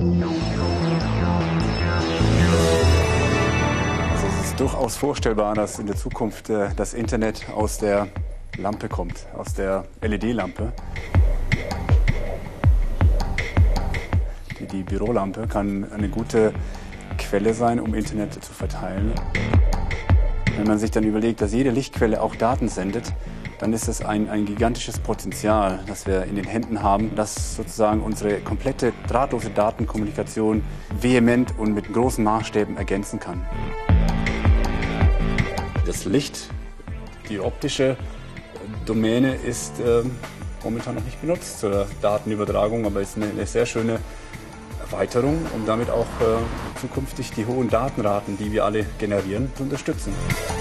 Also es ist durchaus vorstellbar, dass in der Zukunft das Internet aus der Lampe kommt, aus der LED-Lampe. Die Bürolampe kann eine gute Quelle sein, um Internet zu verteilen. Wenn man sich dann überlegt, dass jede Lichtquelle auch Daten sendet, dann ist das ein gigantisches Potenzial, das wir in den Händen haben, das sozusagen unsere komplette drahtlose Datenkommunikation vehement und mit großen Maßstäben ergänzen kann. Das Licht, die optische Domäne ist momentan noch nicht benutzt zur Datenübertragung, aber ist eine sehr schöne Erweiterung, um damit auch zukünftig die hohen Datenraten, die wir alle generieren, zu unterstützen.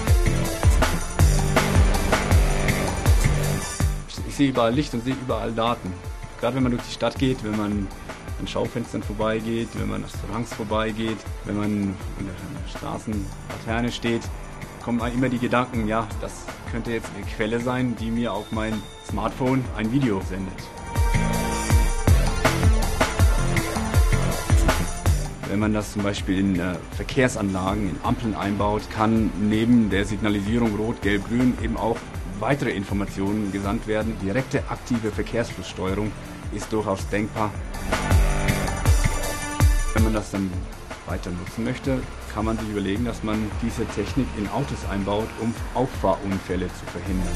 Ich sehe überall Licht und sehe überall Daten. Gerade wenn man durch die Stadt geht, wenn man an Schaufenstern vorbeigeht, wenn man an Restaurants vorbeigeht, wenn man an der Straßenlaterne steht, kommen immer die Gedanken, ja, das könnte jetzt eine Quelle sein, die mir auf mein Smartphone ein Video sendet. Wenn man das zum Beispiel in Verkehrsanlagen, in Ampeln einbaut, kann neben der Signalisierung Rot, Gelb, Grün eben auch weitere Informationen gesandt werden. Direkte aktive Verkehrsflusssteuerung ist durchaus denkbar. Wenn man das dann weiter nutzen möchte, kann man sich überlegen, dass man diese Technik in Autos einbaut, um Auffahrunfälle zu verhindern.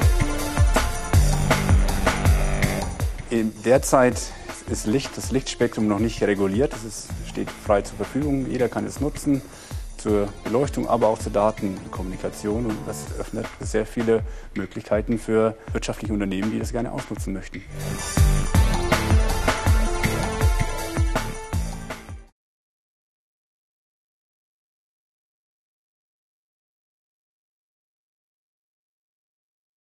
Derzeit ist das Lichtspektrum noch nicht reguliert. Es steht frei zur Verfügung. Jeder kann es nutzen zur Beleuchtung, aber auch zur Datenkommunikation. Und das öffnet sehr viele Möglichkeiten für wirtschaftliche Unternehmen, die das gerne ausnutzen möchten.